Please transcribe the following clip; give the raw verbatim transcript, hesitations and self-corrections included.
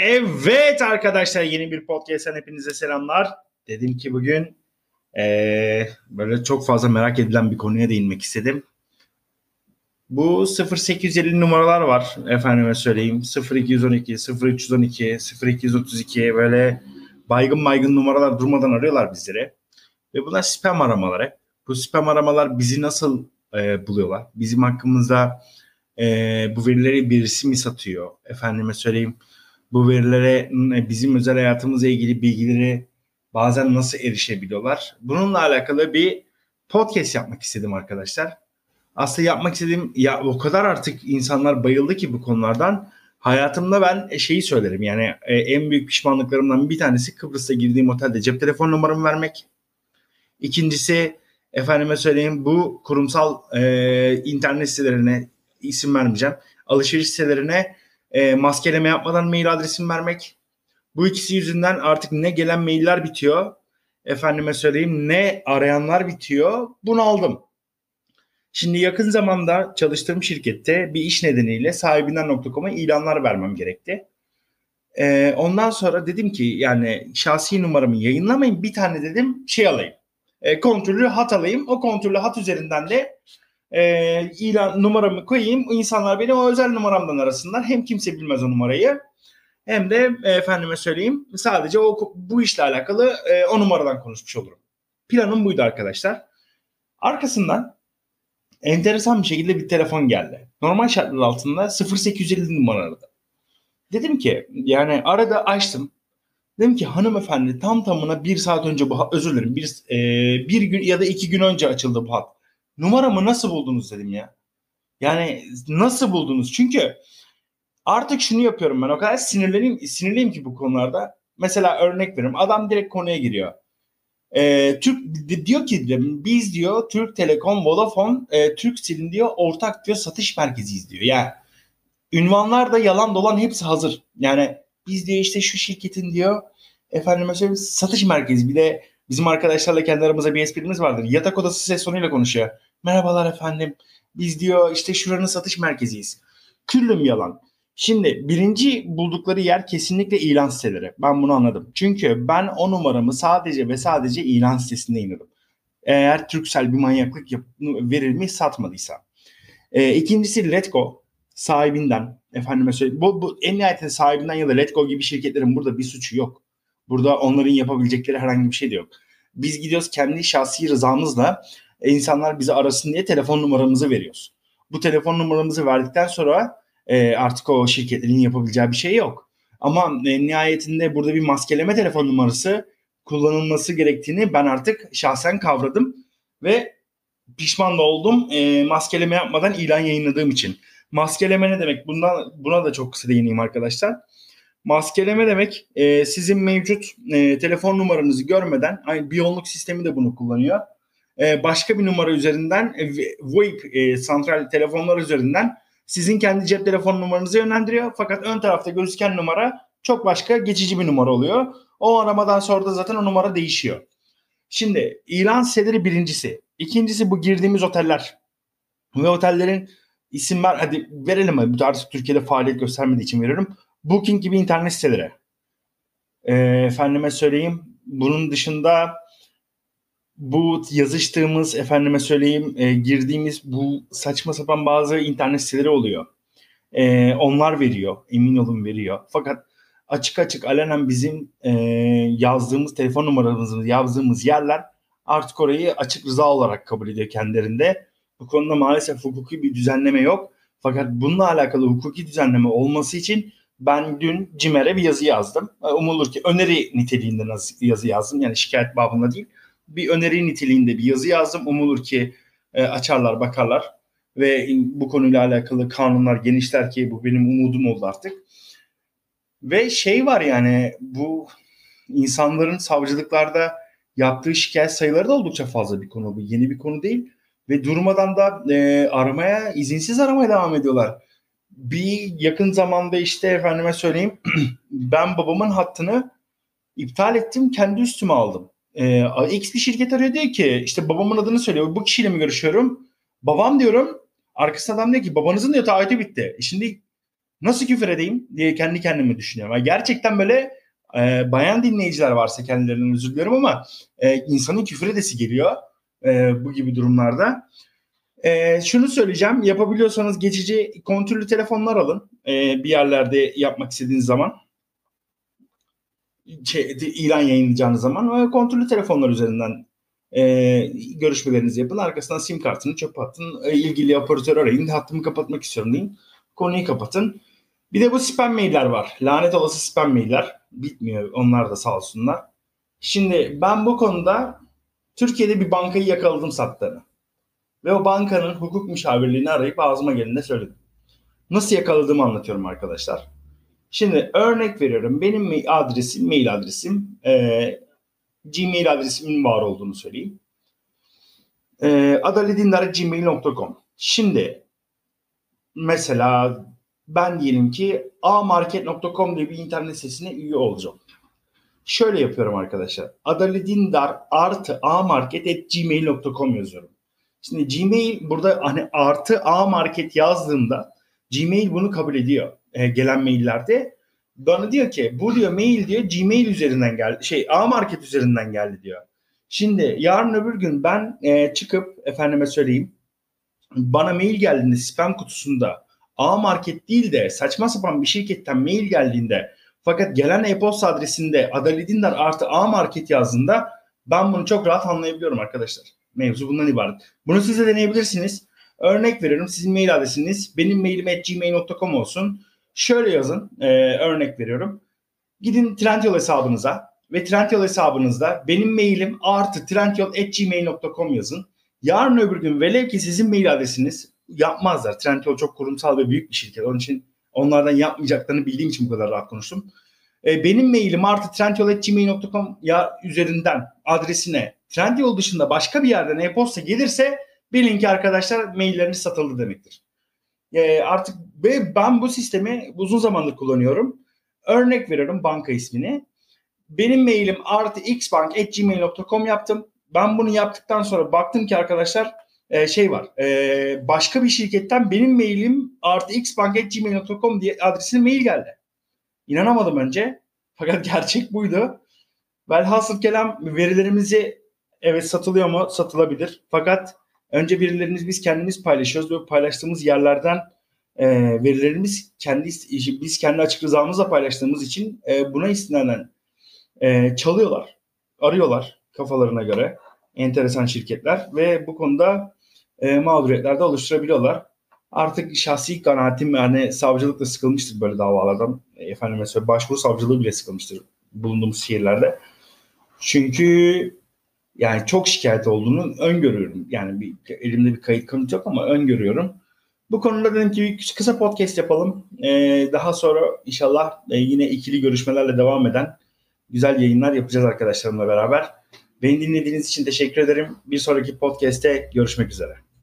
Evet arkadaşlar, yeni bir podcast'ten hepinize selamlar. Dedim ki bugün eee, böyle çok fazla merak edilen bir konuya değinmek istedim. Bu sıfır sekiz elli numaralar var, efendime söyleyeyim. sıfır iki on iki, sıfır üç on iki, sıfır iki otuz iki böyle baygın baygın numaralar durmadan arıyorlar bizleri. Ve bunlar spam aramaları. Bu spam aramalar bizi nasıl eee, buluyorlar? Bizim hakkımızda eee, bu verileri birisi mi satıyor? Efendime söyleyeyim. Bu verilere bizim özel hayatımızla ilgili bilgileri bazen nasıl erişebiliyorlar? Bununla alakalı bir podcast yapmak istedim arkadaşlar. Aslında yapmak istediğim, ya o kadar artık insanlar bayıldı ki bu konulardan. Hayatımda ben şeyi söylerim, yani e, en büyük pişmanlıklarımdan bir tanesi Kıbrıs'ta girdiğim otelde cep telefon numaramı vermek. İkincisi, efendime söyleyeyim, bu kurumsal e, internet sitelerine, isim vermeyeceğim, alışveriş sitelerine e, maskeleme yapmadan mail adresimi vermek. Bu ikisi yüzünden artık ne gelen mailler bitiyor, efendime söyleyeyim, ne arayanlar bitiyor. Bunu aldım. Şimdi yakın zamanda çalıştığım şirkette bir iş nedeniyle sahibinden nokta com'a ilanlar vermem gerekti. Ee, ondan sonra dedim ki, yani şahsi numaramı yayınlamayın, bir tane dedim şey alayım. E, kontrollü hat alayım. O kontrollü hat üzerinden de e, ilan numaramı koyayım. İnsanlar beni o özel numaramdan arasınlar. Hem kimse bilmez o numarayı, hem de e, efendime söyleyeyim, sadece o bu işle alakalı e, o numaradan konuşmuş olurum. Planım buydu arkadaşlar. Arkasından enteresan bir şekilde bir telefon geldi. Normal şartlar altında sıfır sekiz elli numara aradı. Dedim ki, yani arada açtım. Dedim ki, hanımefendi, tam tamına bir saat önce bu hat, özür dilerim, bir, e, bir gün ya da iki gün önce açıldı bu hat. Numaramı nasıl buldunuz dedim ya. Yani nasıl buldunuz? Çünkü artık şunu yapıyorum, ben o kadar sinirliyim, sinirliyim ki bu konularda. Mesela örnek veriyorum, adam direkt konuya giriyor. E, Türk diyor ki, biz diyor Türk Telekom, Vodafone, e, Turkcell'in diyor ortak diyor satış merkeziyiz diyor. Yani ünvanlar da yalan dolan hepsi hazır. Yani biz diyor işte şu şirketin diyor efendim söyleyeyim satış merkezi. Bir de bizim arkadaşlarla kendi aramızda bir esprimiz vardır. Yatak odası ses tonuyla konuşuyor. Merhabalar efendim. Biz diyor işte şuranın satış merkeziyiz. Küllüm yalan. Şimdi birinci buldukları yer kesinlikle ilan siteleri. Ben bunu anladım. Çünkü ben o numaramı sadece ve sadece ilan sitesinde indirdim. Eğer Turkcell bir manyaklık yap- verir mi satmadıysa. E, ikincisi Letgo sahibinden, efendime söyleyeyim, bu, bu en nihayetinde sahibinden ya da Letgo gibi şirketlerin burada bir suçu yok. Burada onların yapabilecekleri herhangi bir şey de yok. Biz gidiyoruz kendi şahsi rızamızla, e, insanlar bizi arasın diye telefon numaramızı veriyoruz. Bu telefon numaramızı verdikten sonra e, artık o şirketlerin yapabileceği bir şey yok. Ama e, nihayetinde burada bir maskeleme telefon numarası kullanılması gerektiğini ben artık şahsen kavradım ve pişman da oldum e, maskeleme yapmadan ilan yayınladığım için. Maskeleme ne demek? Bundan, buna da çok kısa değineyim arkadaşlar. Maskeleme demek, e, sizin mevcut e, telefon numaranızı görmeden, aynı Biyonluk sistemi de bunu kullanıyor. E, başka bir numara üzerinden, e, VoIP e, santral telefonlar üzerinden sizin kendi cep telefon numaranızı yönlendiriyor. Fakat ön tarafta gözüken numara çok başka, geçici bir numara oluyor. O aramadan sonra da zaten o numara değişiyor. Şimdi ilan siteleri birincisi. İkincisi bu girdiğimiz oteller. Ve otellerin isim ver, hadi verelim mi? Artık Türkiye'de faaliyet göstermediği için veriyorum. Booking gibi internet siteleri. E, efendime söyleyeyim. Bunun dışında bu yazıştığımız, efendime söyleyeyim, e, girdiğimiz bu saçma sapan bazı internet siteleri oluyor. E, onlar veriyor. Emin olun veriyor. Fakat açık açık alenen bizim e, yazdığımız telefon numaramızı yazdığımız yerler artık orayı açık rıza olarak kabul ediyor kendilerinde. Bu konuda maalesef hukuki bir düzenleme yok. Fakat bununla alakalı hukuki düzenleme olması için ben dün CİMER'e bir yazı yazdım. Umulur ki öneri niteliğinde yazı yazdım. Yani şikayet babında değil. Bir öneri niteliğinde bir yazı yazdım. Umulur ki e, açarlar, bakarlar ve bu konuyla alakalı kanunlar genişler ki bu benim umudum oldu artık. Ve şey var, yani bu insanların savcılıklarda yaptığı şikayet sayıları da oldukça fazla bir konu. Bu yeni bir konu değil ve durmadan da e, aramaya, izinsiz aramaya devam ediyorlar. Bir yakın zamanda işte efendime söyleyeyim ben babamın hattını iptal ettim, kendi üstüme aldım. E, X bir şirket arıyor, diyor ki işte babamın adını söylüyor. Bu kişiyle mi görüşüyorum? Babam diyorum. Arkasından adam diyor ki babanızın diyor taahhütü bitti. E şimdi Nasıl küfür edeyim diye kendi kendime düşünüyorum. Yani gerçekten böyle e, bayan dinleyiciler varsa kendilerinden özür diliyorum ama e, insanın küfür edesi geliyor e, bu gibi durumlarda. E, şunu söyleyeceğim. Yapabiliyorsanız geçici kontürlü telefonlar alın. E, bir yerlerde yapmak istediğiniz zaman. Şey, ilan yayınlayacağınız zaman kontürlü telefonlar üzerinden e, görüşmelerinizi yapın. Arkasından sim kartını çöpe atın. E, ilgili operatör arayın. Hattımı kapatmak istiyorum deyin. Konuyu kapatın. Bir de bu spam mailler var. Lanet olası spam mailler. Bitmiyor. Onlar da sağ olsunlar. Şimdi ben bu konuda Türkiye'de bir bankayı yakaladım sattığını. Ve o bankanın hukuk müşavirliğini arayıp ağzıma gelin de söyledim. Nasıl yakaladığımı anlatıyorum arkadaşlar. Şimdi örnek veriyorum. Benim adresim, mail adresim, e, Gmail adresimin var olduğunu söyleyeyim. E, adaledindar at gmail nokta com. Şimdi mesela ben diyelim ki amarket nokta com diye bir internet sitesine üye olacağım. Şöyle yapıyorum arkadaşlar. adaledindar artı amarket at gmail nokta com yazıyorum. Şimdi Gmail burada hani artı amarket yazdığımda Gmail bunu kabul ediyor. E, gelen maillerde. Bana diyor ki bu diyor mail diyor Gmail üzerinden geldi. Şey amarket üzerinden geldi diyor. Şimdi yarın öbür gün ben e, çıkıp efendime söyleyeyim bana mail geldiğinde spam kutusunda amarket değil de saçma sapan bir şirketten mail geldiğinde fakat gelen e-posta adresinde adaledindar artı amarket yazdığında ben bunu çok rahat anlayabiliyorum arkadaşlar. Mevzu bundan ibaret. Bunu siz de deneyebilirsiniz. Örnek veriyorum sizin mail adresiniz benim mailim at gmail nokta com olsun. Şöyle yazın e, örnek veriyorum. Gidin Trendyol hesabınıza ve Trendyol hesabınızda benim mailim artı trendyol at gmail nokta com yazın. Yarın öbür gün velev ki sizin mail adresiniz yapmazlar. Trendyol çok kurumsal ve büyük bir şirket. Onun için onlardan yapmayacaklarını bildiğim için bu kadar rahat konuştum. E, benim mailim artı trendyol at gmail nokta com ya üzerinden adresine Trendyol dışında başka bir yerden e-posta gelirse bilin ki arkadaşlar mailleriniz satıldı demektir. E, artık ben bu sistemi uzun zamandır kullanıyorum. Örnek veriyorum banka ismini. Benim mailim artı xbank at gmail nokta com yaptım. Ben bunu yaptıktan sonra baktım ki arkadaşlar e, şey var. E, başka bir şirketten benim mailim artı xbank at gmail nokta com diye adresine mail geldi. İnanamadım önce. Fakat gerçek buydu. Velhasıl kelam verilerimizi evet satılıyor mu? Satılabilir. Fakat önce verilerimizi biz kendimiz paylaşıyoruz ve paylaştığımız yerlerden e, verilerimiz kendi biz kendi açık rızamızla paylaştığımız için e, buna istinaden e, çalıyorlar. Arıyorlar kafalarına göre enteresan şirketler ve bu konuda e, mağduriyetler de oluşturabiliyorlar. Artık şahsi kanaatim yani savcılık da sıkılmıştır böyle davalardan. E, efendim mesela başvuru savcılığı bile sıkılmıştır bulunduğumuz şehirlerde. Çünkü yani çok şikayet olduğunu öngörüyorum. Yani bir, elimde bir kayıt kanıt yok ama öngörüyorum. Bu konuda dedim ki kısa podcast yapalım. Ee, daha sonra inşallah e, yine ikili görüşmelerle devam eden güzel yayınlar yapacağız arkadaşlarımla beraber. Beni dinlediğiniz için teşekkür ederim. Bir sonraki podcast'te görüşmek üzere.